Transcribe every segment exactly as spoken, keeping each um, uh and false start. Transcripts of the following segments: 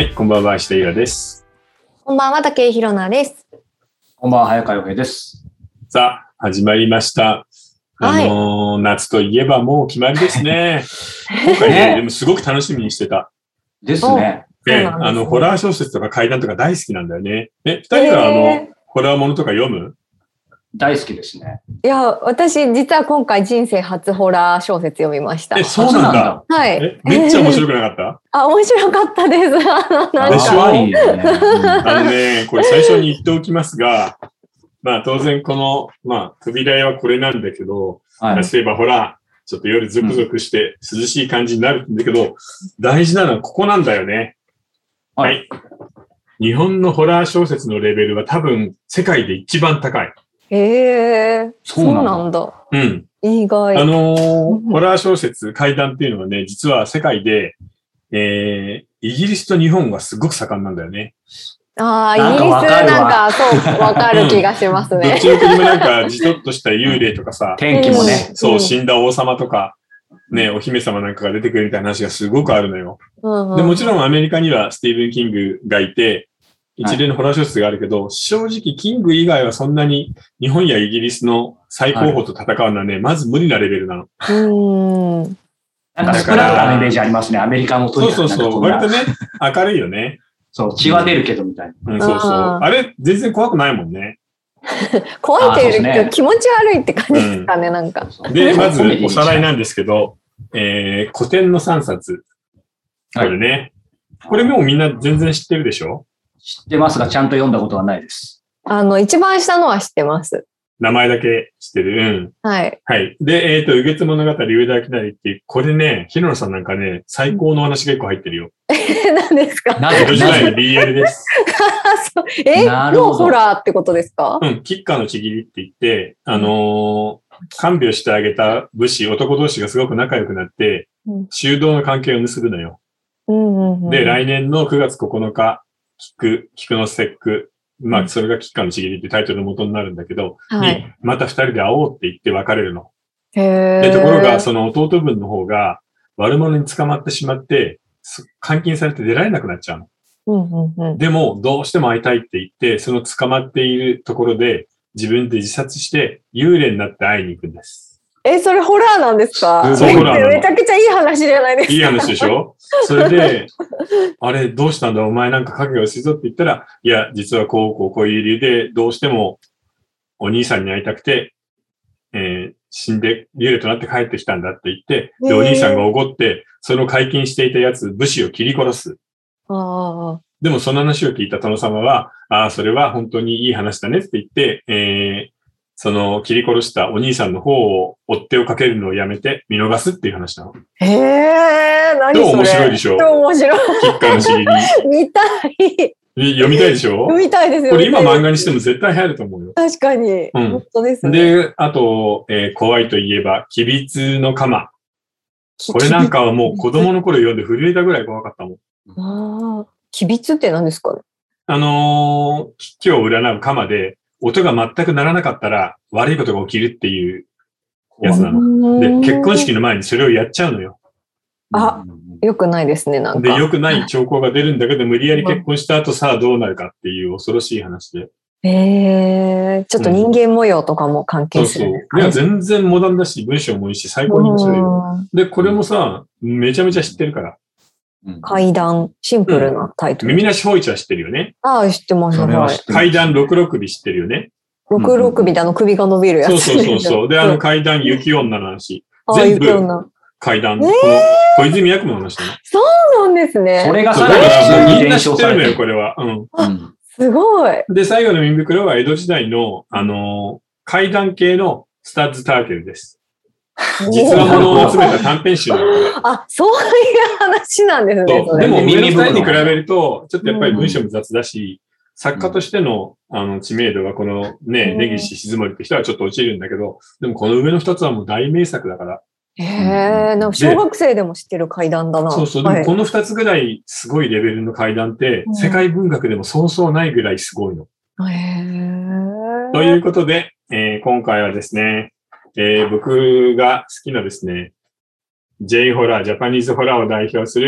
はい、こんばんは、下井です。 こんばんは、竹井宏奈です。 こんばんは、早川洋平です。 さあ、始まりました。あのーはい、夏といえばもう決まりですね。今回ね、でもすごく楽しみにしてた。 ですね。 ね、あの、ホラー小説とか怪談とか大好きなんだよね。え、二人はあの、ホラーものとか読む？ 大好きですね。 いや、私、実は今回人生初ホラー小説読みました。 え、そうなんだ。 はい。 え、めっちゃ面白くなかったあ、面白かったです。なんかでしょ？あのね、これ最初に言っておきますが、まあ当然この、まあ扉絵はこれなんだけど、はい、そういえばほら、ちょっと夜ゾクゾクして涼しい感じになるんだけど、うん、大事なのはここなんだよね。はい。はい、日本のホラー小説のレベルは多分世界で一番高い。 へえー、そうなんだ。 うん。 意外。 あのー、ホラー小説、怪談っていうのはね、実は世界で、えー、イギリスと日本がすごく盛んなんだよね。 ああ、イギリスなんか、そう、わかる気がしますね。 どっちの国もなんか、じとっとした幽霊とかさ、 天気もね、 そう、死んだ王様とか、ね、お姫様なんかが出てくるみたいな話がすごくあるのよ。うんうん、で、もちろんアメリカにはスティーブン・キングがいて、一連のホラー小説があるけど、はい、正直キング以外はそんなに日本やイギリスの最高峰と戦うのはね、はい、まず無理なレベルなの。 うん。 なんかスプラッターのイメージありますね、アメリカのとにかく。 そうそうそう、割とね、明るいよね。 そう、血は出るけどみたいな。 うん、そうそう。あれ、全然怖くないもんね。 怖いというより、ね、気持ち悪いって感じですかね、うん、なんか。 で、まずおさらいなんですけど、えー、古典のさんさつ。これね。はい、これもうみんな全然知ってるでしょ？ 知ってますが、ちゃんと読んだことはないです。 あの、一番下のは知ってます。 名前だけ知ってる。うん。 はい。 はい。で、えっ、ー、と、右月物語、上田明成っていう、これね、日野さんなんかね、最高の話が一個入ってるよ。 え、何ですか？ 江戸時代の ビーエル です。 え、もうホラーってことですか？ うん、吉川のちぎりって言って、あのー、看病してあげた武士、男同士がすごく仲良くなって、修道の関係を結ぶのよ。 うんうんうん、 で、来年のくがつここのか、菊、菊の節句、まあ、それが吉川のちぎりってタイトルの元になるんだけど、はい、に、また二人で会おうって言って別れるの。 へー。 で、ところが、その弟分の方が悪者に捕まってしまって、監禁されて出られなくなっちゃうの。 うんうんうん、 でも、どうしても会いたいって言って、その捕まっているところで自分で自殺して幽霊になって会いに行くんです。 え、それホラーなんですか？ そう、ホラー。 めちゃくちゃいい話じゃないですか。 いい話でしょ？それで、あれ、どうしたんだお前なんか影が薄いぞって言ったら、いや、実はこう、こう、こういう理由で、どうしてもお兄さんに会いたくて、えー、死んで幽霊となって帰ってきたんだって言って、で、お兄さんが怒って、その監禁していたやつ、武士を切り殺す。 あでもその話を聞いた殿様は、ああ、それは本当にいい話だねって言って、えー、その切り殺したお兄さんの方を追っ手をかけるのをやめて見逃すっていう話なの。 へえ、何それ。 どう面白いでしょ？ どう面白い。 吉川のちぎり。 見たい。 読みたいでしょ？ 読みたいですよ。 これ今漫画にしても絶対流行ると思うよ。 確かに。うん、本当ですね。 で、あと、えー、怖いといえば、きびつの鎌。これなんかはもう子供の頃読んで震えたぐらい怖かったもん。ああ、きびつって何ですかね？ あのー、危機を占う鎌で、音が全く鳴らなかったら悪いことが起きるっていうやつなの。で、結婚式の前にそれをやっちゃうのよ。 あ、よくないですね、なんか。 で、よくない兆候が出るんだけど、無理やり結婚した後さあどうなるかっていう恐ろしい話で。 へえー、ちょっと人間模様とかも関係する、ね、うん。 そうそう。いや、全然モダンだし、文章もいいし、最高に面白いよ。で、これもさ、めちゃめちゃ知ってるから。 怪談、シンプルなタイトル。 うん、耳なしほいちは知ってるよね。 ああ、知ってます。はい。 怪談ろくろくび知ってるよね。 ろくろくびであの首が伸びるやつ。 そうそうそうそう。で、あの怪談雪女の話。全部怪談。この小泉八雲の話だね。 そうなんですね。 それがさらにみんな知ってるのよ、これは。うん。 うん、すごい。 で、最後の耳袋は江戸時代の、あの、怪談系のスタッズ・ターケルです。実話物を集めた短編集なの。 あ、そういう話なんですね。 そう。でも、上の二人に比べると、ちょっとやっぱり文章も雑だし、うん、作家としての、あの、知名度がこのね、根岸静森って人はちょっと落ちるんだけど、でもこの上の二つはもう大名作だから。 へえ、なんか小学生でも知ってる怪談だな。 そうそう。でもこの二つぐらいすごいレベルの怪談って、世界文学でもそうそうないぐらいすごいの。 へえ。 ということで、えー、今回はですね、えー、僕が好きなですね、J ホラー、ジャパニーズホラーを代表する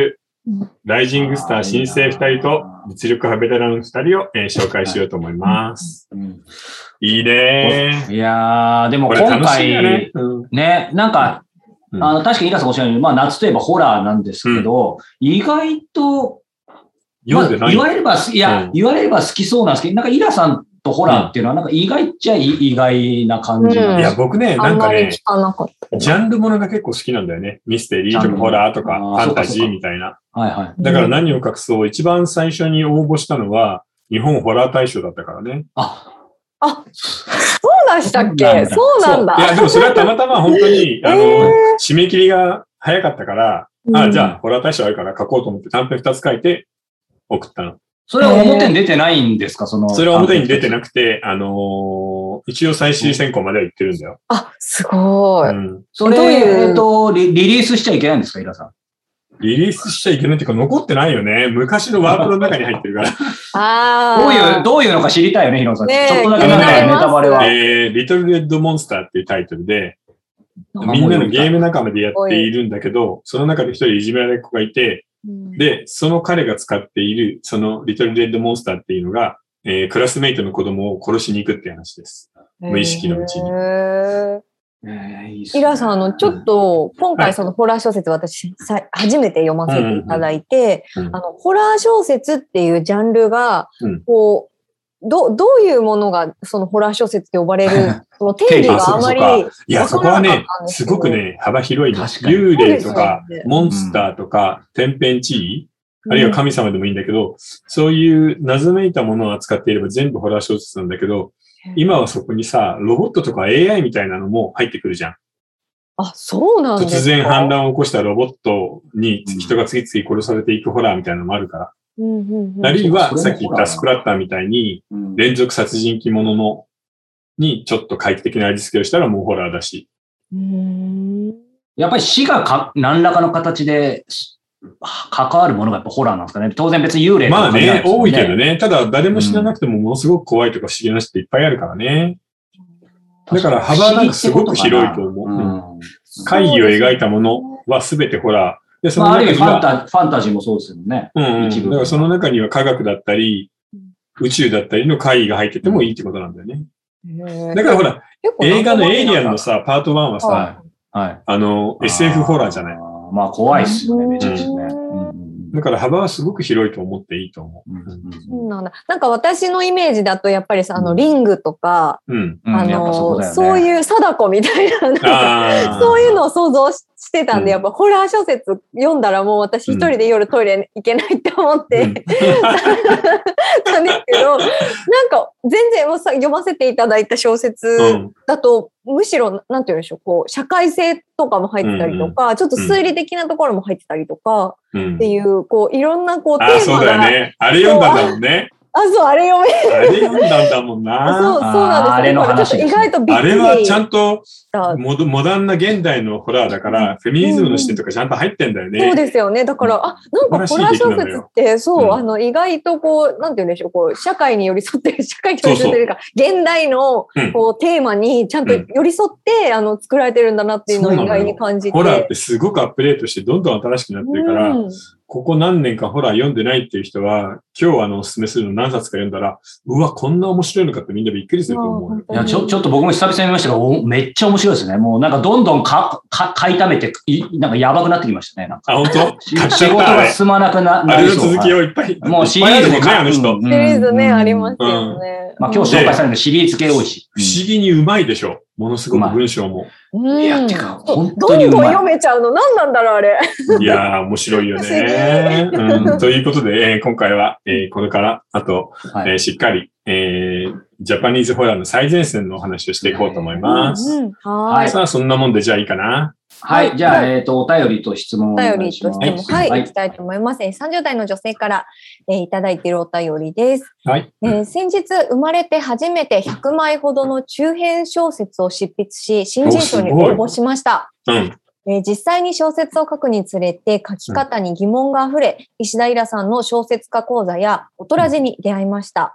ライジングスター新星ふたりと実力派ベテランふたりを、えー、紹介しようと思います。うん、いいねー。 いやー、でも今回、ね、うん、ね、なんか、うん、あの確かにイラさんおっしゃるように、まあ夏といえばホラーなんですけど、うん、意外と、 読んでない、まあ、 言われれば、いや、うん、言われれば好きそうなんですけど、なんかイラさんとホラーっていうのはなんか意外っちゃ意外な感じなんです、 うん、いや、僕ね、なんかね、ジャンルものが結構好きなんだよね。ミステリーとかホラーとかファンタジーみたいな。 はいはい。 だから何を隠そう、一番最初に応募したのは日本ホラー大賞だったからね。 あ、あ、そうでしたっけ？そうなんだ。 いや、でもそれはたまたま本当に、あの、えー、締め切りが早かったから、うん、あ、じゃあホラー大賞あるから書こうと思って短編ふたつ書いて送ったの。 それは表に出てないんですか？その。 それは表に出てなくて、あのー、一応最終選考までは行ってるんだよ。 あ、すごい。うん、 それ、えっとリ、リリースしちゃいけないんですか、イラさん。 リリースしちゃいけないっていうか、残ってないよね。昔のワープロの中に入ってるから。 ああ。 どういう、どういうのか知りたいよね、ヒロさん。ね、ちょっとだけなんかネタバレは。 えー、リトルレッドモンスターっていうタイトルで、みんなのゲーム仲間でやっているんだけど、その中で一人いじめられっ子がいて、で、その彼が使っている、そのリトルレッドモンスターっていうのが、えー、クラスメイトの子供を殺しに行くっていう話です。無意識のうちに。 へえー、いいイラさん、あの、ちょっと、今回そのホラー小説私、はい、初めて読ませていただいて、うんうんうん、あの、ホラー小説っていうジャンルが、こう、ど、どういうものがそのホラー小説って呼ばれる、その定義があまり。 いや、そこはね、すごくね、幅広い。幽霊とか、モンスターとか、天変地異、あるいは神様でもいいんだけど、うん、そういう謎めいたものを扱っていれば全部ホラー小説なんだけど、今はそこにさ、ロボットとか エーアイ みたいなのも入ってくるじゃん。 あ、そうなんですか。 突然反乱を起こしたロボットに人が次々殺されていくホラーみたいなのもあるから。うんうんうん、あるいは、さっき言ったスプラッターみたいに、連続殺人鬼ものの、にちょっと怪奇的な味付けをしたらもうホラーだし。 うーん、やっぱり死がか何らかの形で関わるものがやっぱホラーなんですかね。当然別に幽霊とか、 ね。まあね、多いけどね。ただ誰も知らなくてもものすごく怖いとか不思議な人っていっぱいあるからね。だから幅なんかすごく広いと思う。うん、怪異を描いたものは全てホラー。で、その中には、 まあ、あるいはファンタ、ファンタジーもそうですよね。 うん、うん。だからその中には科学だったり、宇宙だったりの怪異が入っててもいいってことなんだよね。だからほら、映画のエイリアンのさ、パートワンはさ、はいはい、あの、エスエフ ホラーじゃない。 まあ怖いっすよね、めちゃくちゃね。 だから幅はすごく広いと思っていいと思う。 そうなんだ。なんか私のイメージだとやっぱりさ、あの、リングとか、うん、あの、そうね、そういう貞子みたいな、なんかそういうのを想像してたんで、やっぱホラー小説読んだらもう私一人で夜トイレ行けないって思って、うん、なんですけど、なんか全然もうさ読ませていただいた小説だと、うん、むしろ、なんて言うんでしょう、こう、社会性とかも入ってたりとか、うんうん、ちょっと推理的なところも入ってたりとか、うん、っていう、こう、いろんな、こう、テーマが。あ、 そうだよね。あれ読んだんだもんね。 あ、そう、あれ読めあれ読んだんだもんな。 そう、そうなんです。 あれの話、 ね、意外とびっくり。 あれはちゃんとモ、モダンな現代のホラーだから、うん、フェミニズムの視点とかちゃんと入ってんだよね。 そうですよね。だから、あ、なんかホラー小説って、そう、うん、あの、意外とこう、なんて言うんでしょう、こう、社会に寄り添ってる、社会に寄り添ってるか、現代の、こう、テーマにちゃんと寄り添って、あの、作られてるんだなっていうのを意外に感じて。 ホラーってすごくアップデートして、どんどん新しくなってるから、うん、ここ何年かホラー読んでないっていう人は、今日あの、おすすめするの何冊か読んだら、うわ、こんな面白いのかってみんなびっくりすると思う。 いや、ちょ、ちょっと僕も久々に見ましたが、めっちゃ面白いですね。もうなんかどんどんか、か、買いためて、なんかやばくなってきましたね。なんかあ、本当？ 仕事が進まなくな、 なりそう。あれの続きをいっぱい。 もうシリーズでね、あの人。 シリーズね、ありますよね。 まあ今日紹介されるのシリーズ系多いし。 不思議にうまいでしょ。ものすごく文章も。 いや、てか、本当にうまい。どんどん読めちゃうの。何なんだろう、あれ。 いやー、面白いよね。うん。ということで、えー、今回は、えー、これから、あと、はい、えー、しっかり、えー、ジャパニーズホラーの最前線のお話をしていこうと思います。うんうん、はい。さあ、そんなもんでじゃあいいかな。 はい。じゃあ、えっと、お便りと質問をお願いします。 お便りと質問、はい、はい、いきたいと思います。さんじゅう代の女性から、えー、いただいているお便りです。はい。えー、先日、生まれて初めてひゃくまいほどの中編小説を執筆し、新人賞に応募しました。うん。えー、実際に小説を書くにつれて書き方に疑問があふれ、うん、石田イラさんの小説家講座やオトラジに出会いました。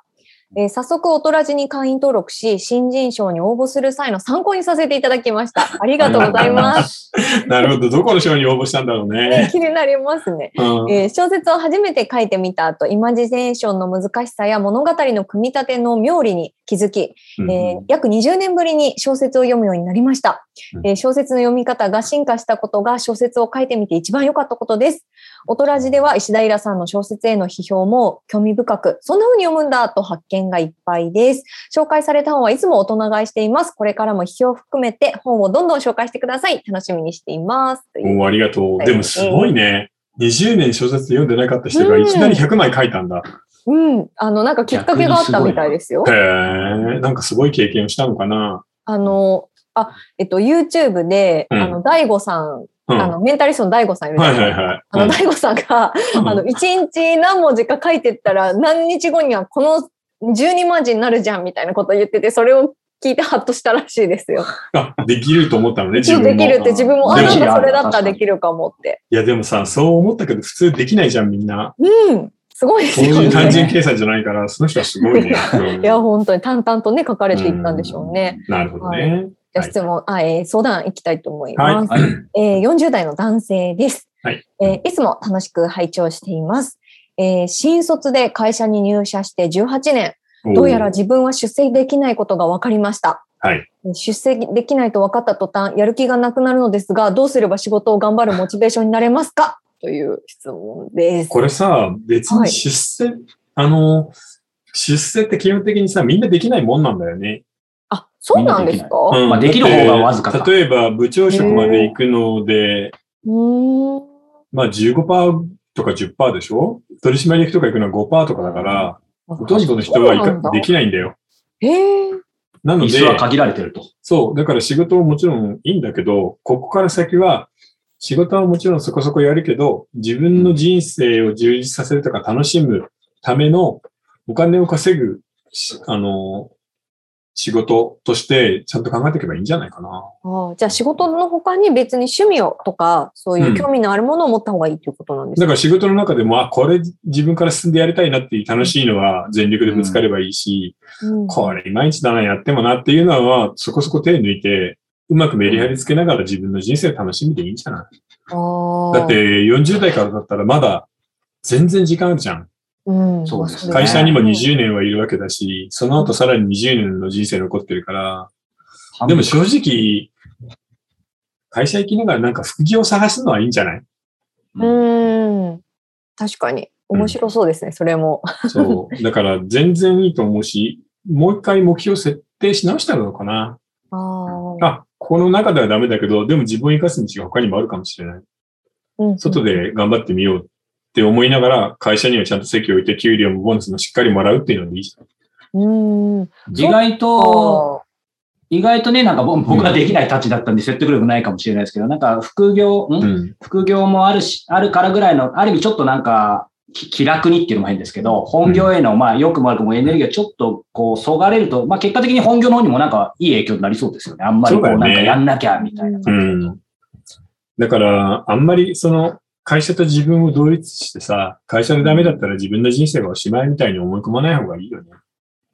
えー、早速、オトラジに会員登録し、新人賞に応募する際の参考にさせていただきました。ありがとうございます。 なるほど。どこの賞に応募したんだろうね。 気になりますね、うんえー。小説を初めて書いてみた後、イマジネーションの難しさや物語の組み立ての妙理に気づき、うんえー、約にじゅうねんぶりに小説を読むようになりました、うんえー。小説の読み方が進化したことが小説を書いてみて一番良かったことです。オトラジでは石田イラさんの小説への批評も興味深く、そんな風に読むんだと発見がいっぱいです。紹介された本はいつも大人買いしています。これからも批評を含めて本をどんどん紹介してください。楽しみにしています。 おありがとう。でもすごいね。にじゅうねん小説読んでなかった人がいきなりひゃくまい書いたんだ。 うん。うん、あの、なんかきっかけがあったみたいですよ。 へえ。なんかすごい経験をしたのかな。 あの、あ、えっと、YouTube で、うん、あの、大悟さん、うん、あの、メンタリストの大悟さんいるじゃないですか。はいはいはい。あの、大悟さんが、うん、あの、いちにち何文字か書いてったら、何日後にはこのじゅうにまんじになるじゃんみたいなことを言ってて、それを聞いてハッとしたらしいですよ。 あ、できると思ったのね、自分も。 できるって自分も、あ、なんかそれだったらできるかもって。 いや、でもさ、そう思ったけど、普通できないじゃん、みんな。 うん。すごいですよね。 そういう単純計算じゃないから、その人はすごいね。 いや、本当に淡々とね、書かれていったんでしょうね。 うん、なるほどね。 はいじゃあ質問、はいあえー、相談いきたいと思います、はいえー。よんじゅう代の男性です、はいえー。いつも楽しく拝聴しています、えー。新卒で会社に入社してじゅうはちねん、どうやら自分は出世できないことが分かりました。はい、出世できないと分かった途端、やる気がなくなるのですが、どうすれば仕事を頑張るモチベーションになれますかという質問です。 これさ、別に出世、はい、あの、出世って基本的にさ、みんなできないもんなんだよね。 あ、そうなんですか？ うん、まあ、できる方がわずかか。 例えば、部長職まで行くので、まあ じゅうごパーセント とか じゅっパーセント でしょ？取締役とか行くのは ごパーセント とかだから、ほとんどの人はできないんだよ。 へー。 なので、 椅子は限られてると。 そう。だから仕事ももちろんいいんだけど、ここから先は、仕事はもちろんそこそこやるけど、自分の人生を充実させるとか楽しむためのお金を稼ぐ、あの、仕事としてちゃんと考えていけばいいんじゃないかな。 ああ、じゃあ仕事の他に別に趣味をとか、そういう興味のあるものを持った方がいいということなんですか？ だから仕事の中でも、あ、これ自分から進んでやりたいなっていう楽しいのは全力でぶつかればいいし、うん、これいまいちだな、やってもなっていうのはそこそこ手抜いて、うまくメリハリつけながら自分の人生を楽しみでいいんじゃない？あだってよんじゅう代からだったらまだ全然時間あるじゃん。 うん、 そうですね。会社にもにじゅうねんはいるわけだし、その後さらににじゅうねんの人生残ってるから、うん、でも正直、会社行きながらなんか副業を探すのはいいんじゃない？ うん、確かに。面白そうですね、うん、それも。 そう。だから全然いいと思うし、もう一回目標設定し直したのかな。ああ、この中ではダメだけど、でも自分を生かす道が他にもあるかもしれない。うん、外で頑張ってみようって思いながら、会社にはちゃんと席を置いて、給料もボーナスもしっかりもらうっていうのでいいじゃん。 うん。 意外と、意外とね、なんか僕はできないたちだったんで説得力ないかもしれないですけど、なんか副業、ん、うん、副業もあるし、あるからぐらいの、ある意味ちょっとなんか、気楽にっていうのも変ですけど、本業への、まあ、良くも悪くもエネルギーがちょっと、こう、そがれると、まあ、結果的に本業の方にもなんか、いい影響になりそうですよね。あんまりこう、なんかやんなきゃ、みたいな感じだと。 うん。だから、あんまり、その、会社と自分を同一してさ、会社でダメだったら自分の人生がおしまいみたいに思い込まない方がいいよね。 うん、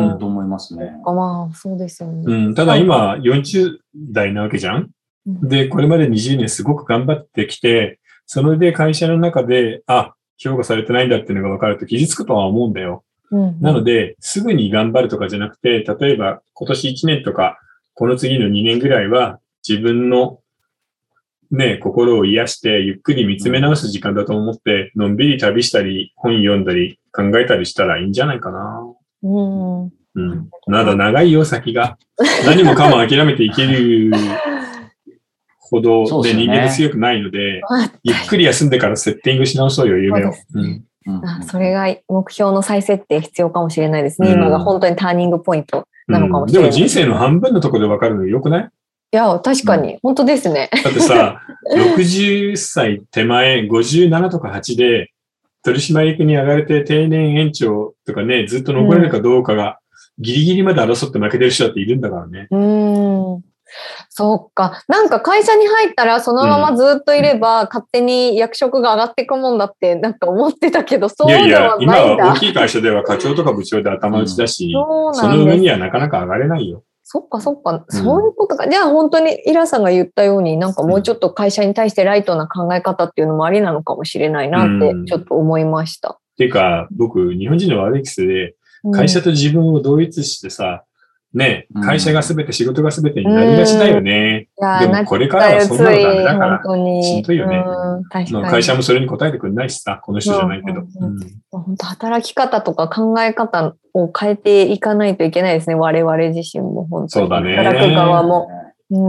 うん、と思いますね。 まあ、そうですよね。 うん、ただ今、よんじゅう代なわけじゃん。で、これまでにじゅうねんすごく頑張ってきて、それで会社の中で、あ、評価されてないんだっていうのが分かると傷つくとは思うんだよ。うんうん、なので、すぐに頑張るとかじゃなくて、例えば今年いちねんとか、この次のにねんぐらいは自分のね、心を癒してゆっくり見つめ直す時間だと思って、のんびり旅したり、本読んだり、考えたりしたらいいんじゃないかな。うん。うん。まだ長いよ、先が。何もかも諦めていけるほどで人間強くないので、ゆっくり休んでからセッティングし直そうよ、夢を。うんあそれが目標の再設定必要かもしれないですね。うん、今が本当にターニングポイントなのかもしれない。 うん、でも人生の半分のところで分かるのよくない？ いや、確かに、うん、本当ですね。 だってさ、ろくじゅっさい手前、ごじゅうななとかはちで取締役に上がれて定年延長とかね、ずっと残れるかどうかがギリギリまで争って負けてる人だっているんだからね。 うん、 そうか。なんか会社に入ったらそのままずっといれば、うん、勝手に役職が上がっていくもんだってなんか思ってたけど、そうではないんだ。いやいや、 今は大きい会社では課長とか部長で頭打ちだし、うん、そ, その上にはなかなか上がれないよ。 そっかそっか、そういうことか。じゃあ本当にイラさんが言ったように、なんかもうちょっと会社に対してライトな考え方っていうのもありなのかもしれないなってちょっと思いました。うん、 っていうか、僕、日本人の悪い癖で、会社と自分を同一してさ、ね、会社がすべて、仕事がすべてになりがちだよね。でもこれからはそんなのダメだから、しんどいよね。会社もそれに応えてくんないしさ、この人じゃないけど。 本当働き方とか考え方を変えていかないといけないですね、我々自身も本当に。 そうだね。 働く側も。うん、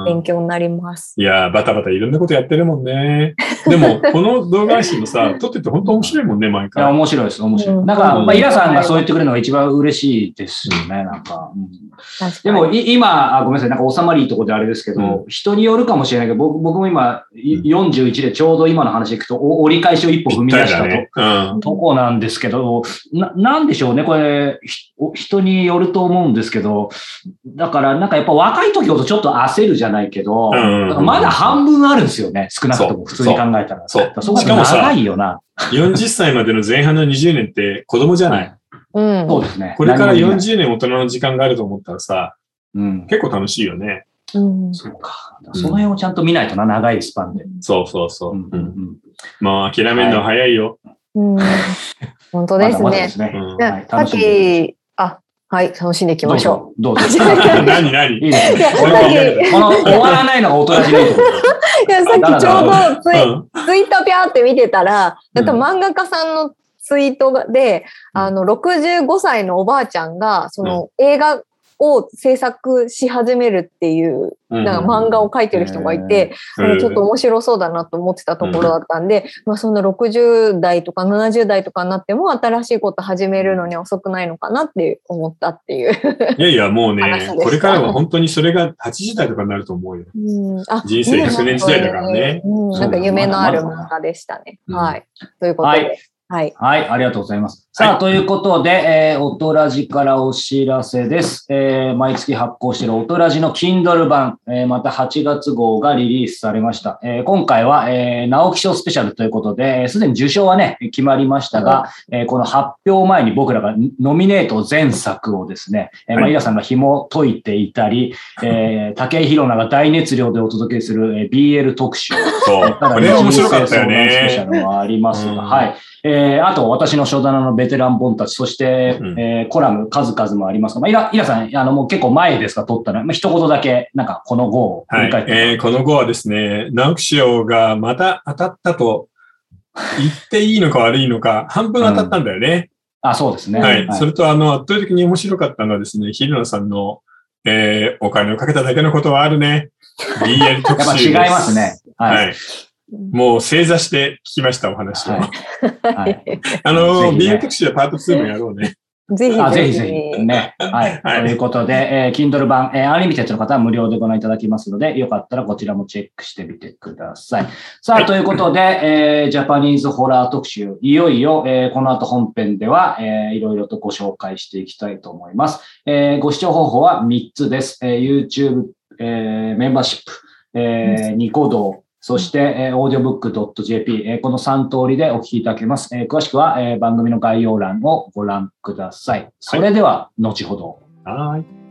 勉強になります。 いやー、バタバタいろんなことやってるもんね。でも、この動画配信もさ、撮ってて本当面白いもんね、毎回。 いや、面白いです、面白い。うん、なんか、まあ、イラさんがそう言ってくれるのが一番嬉しいですよね、なんか。うん、でも、今あ、ごめんなさい、なんか収まりいいところであれですけど、うん、人によるかもしれないけど、僕僕も今、よんじゅういちでちょうど今の話いくと、折り返しを一歩踏み出したと、ねうん、とこなんですけど、な、なんでしょうね、これ、人によると思うんですけど、だから、なんかやっぱ若い時ほどちょっと焦るじゃないけど、うんうん、まだ半分あるんですよね。少なくとも普通に考えたら。 そう。 そうしかも長いよな。 よんじゅっさいまでの前半のにじゅうねんって子供じゃない、 うん、そうですね。 これからよんじゅうねん大人の時間があると思ったらさ、うん、結構楽しいよね。 うん、 そうか。その辺をちゃんと見ないとな、長いスパンで。 そうそうそう。うんうんうん、まあ、諦めるのは早いよ。 はいうん、本当ですね。まだまだですねうんはい、さっき、あ、はい、楽しんでいきましょう。 どうぞ。どうぞ何何いいですね。 この終わらないのが大人じゃないと思う。 いや、さっきちょうどツイ、うん、ツイートピャーって見てたら、うん、漫画家さんのツイートで、うん、あの、ろくじゅうごさいのおばあちゃんが、その、うん、映画を制作し始めるっていう、なんか漫画を描いてる人がいて、うん、ちょっと面白そうだなと思ってたところだったんで、うん、まあそのろくじゅう代とかななじゅう代とかになっても新しいこと始めるのに遅くないのかなって思ったっていう。 いやいや、もうね、これからは本当にそれがはちじゅう代とかになると思うよ。うん、あ人生ひゃくねん時代だからね。 うん、なんか夢のある漫画でしたね。まだまだはい。ということで。はいはい。はい。ありがとうございます。さあ、はい、ということで、えー、オトラジからお知らせです。えー、毎月発行しているオトラジの Kindle 版、えー、またはちがつ号がリリースされました。えー、今回は、えー、直木賞スペシャルということで、すでに受賞はね、決まりましたが、うん、えー、この発表前に僕らがノミネート全作をですね、えー、まあ、イラさんが紐解いていたり、えー、武井宏奈が大熱量でお届けする、えー、ビーエル 特集。 そう。これ面白かったよね。 スペシャルもありますが、うん、はい。えー、あと、私の書棚のベテラン本たち、そして、うん、えー、コラム数々もありますが、まあ、イラ、イラさん、あの、もう結構前ですか、撮ったの。まあ、一言だけ、なんか、この号を振り返って、 はい。えー、この号はですね、直木賞がまた当たったと言っていいのか悪いのか、半分当たったんだよね。 うん、あ、そうですね。 はい。はい、それと、あの、圧倒的に面白かったのはですね、ひるなさんの、えー、お金をかけただけのことはあるね。ビーエル 特集です。 やっぱ違いますね。 はい。はい、もう正座して聞きました、お話を。はいはい、あの、ね、ビーエル 特集はパートツーもやろうね。 ぜひぜひ。 あぜひぜひ。ね。はい。はい、ということで、えー、Kindle 版、えー、アンリミテッドの方は無料でご覧いただきますので、よかったらこちらもチェックしてみてください。さあ、はい、ということで、えー、ジャパニーズホラー特集、いよいよ、えー、この後本編では、えー、いろいろとご紹介していきたいと思います。えー、ご視聴方法はみっつです。えー、YouTube、えー、メンバーシップ、えー、ニコ動、そして、えー、オーディオブックドットジェーピー、えー、このさん通りでお聞きいただけます。えー、詳しくは、えー、番組の概要欄をご覧ください。それでは、後ほど。 はい。